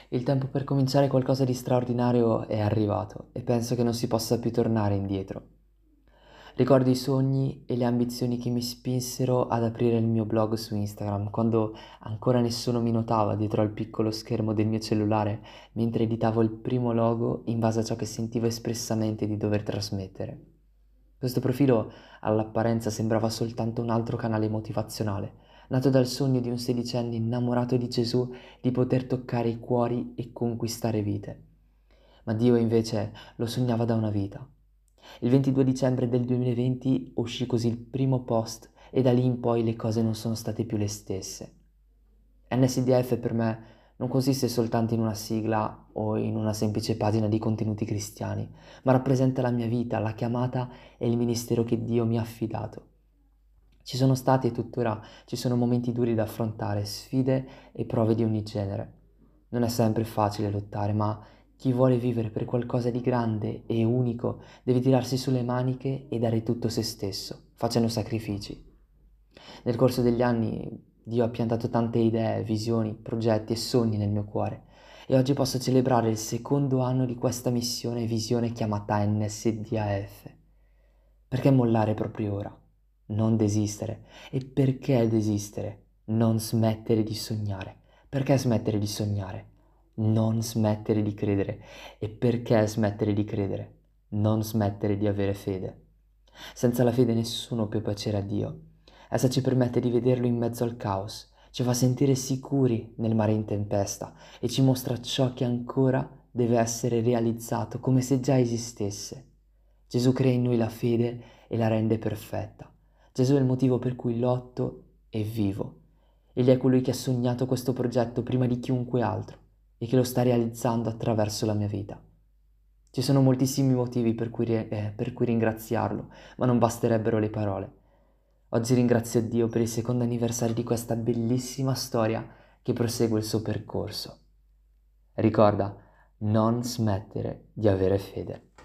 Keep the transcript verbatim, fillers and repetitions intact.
Il tempo per cominciare qualcosa di straordinario è arrivato e penso che non si possa più tornare indietro. Ricordo i sogni e le ambizioni che mi spinsero ad aprire il mio blog su Instagram, quando ancora nessuno mi notava dietro al piccolo schermo del mio cellulare, mentre editavo il primo logo in base a ciò che sentivo espressamente di dover trasmettere. Questo profilo all'apparenza sembrava soltanto un altro canale motivazionale, nato dal sogno di un sedicenne innamorato di Gesù di poter toccare i cuori e conquistare vite. Ma Dio invece lo sognava da una vita. Il ventidue dicembre del duemilaventi uscì così il primo post e da lì in poi le cose non sono state più le stesse. N S D F per me non consiste soltanto in una sigla o in una semplice pagina di contenuti cristiani, ma rappresenta la mia vita, la chiamata e il ministero che Dio mi ha affidato. Ci sono stati e tuttora ci sono momenti duri da affrontare, sfide e prove di ogni genere. Non è sempre facile lottare, ma chi vuole vivere per qualcosa di grande e unico deve tirarsi sulle maniche e dare tutto se stesso, facendo sacrifici. Nel corso degli anni Dio ha piantato tante idee, visioni, progetti e sogni nel mio cuore e oggi posso celebrare il secondo anno di questa missione e visione chiamata N S D A F. Perché mollare proprio ora? Non desistere. E perché desistere? Non smettere di sognare. Perché smettere di sognare? Non smettere di credere. E perché smettere di credere? Non smettere di avere fede. Senza la fede nessuno può piacere a Dio. Essa ci permette di vederlo in mezzo al caos, ci fa sentire sicuri nel mare in tempesta e ci mostra ciò che ancora deve essere realizzato come se già esistesse. Gesù crea in noi la fede e la rende perfetta. Gesù è il motivo per cui lotto e vivo. Egli è colui che ha sognato questo progetto prima di chiunque altro e che lo sta realizzando attraverso la mia vita. Ci sono moltissimi motivi per cui, eh, per cui ringraziarlo, ma non basterebbero le parole. Oggi ringrazio Dio per il secondo anniversario di questa bellissima storia che prosegue il suo percorso. Ricorda, non smettere di avere fede.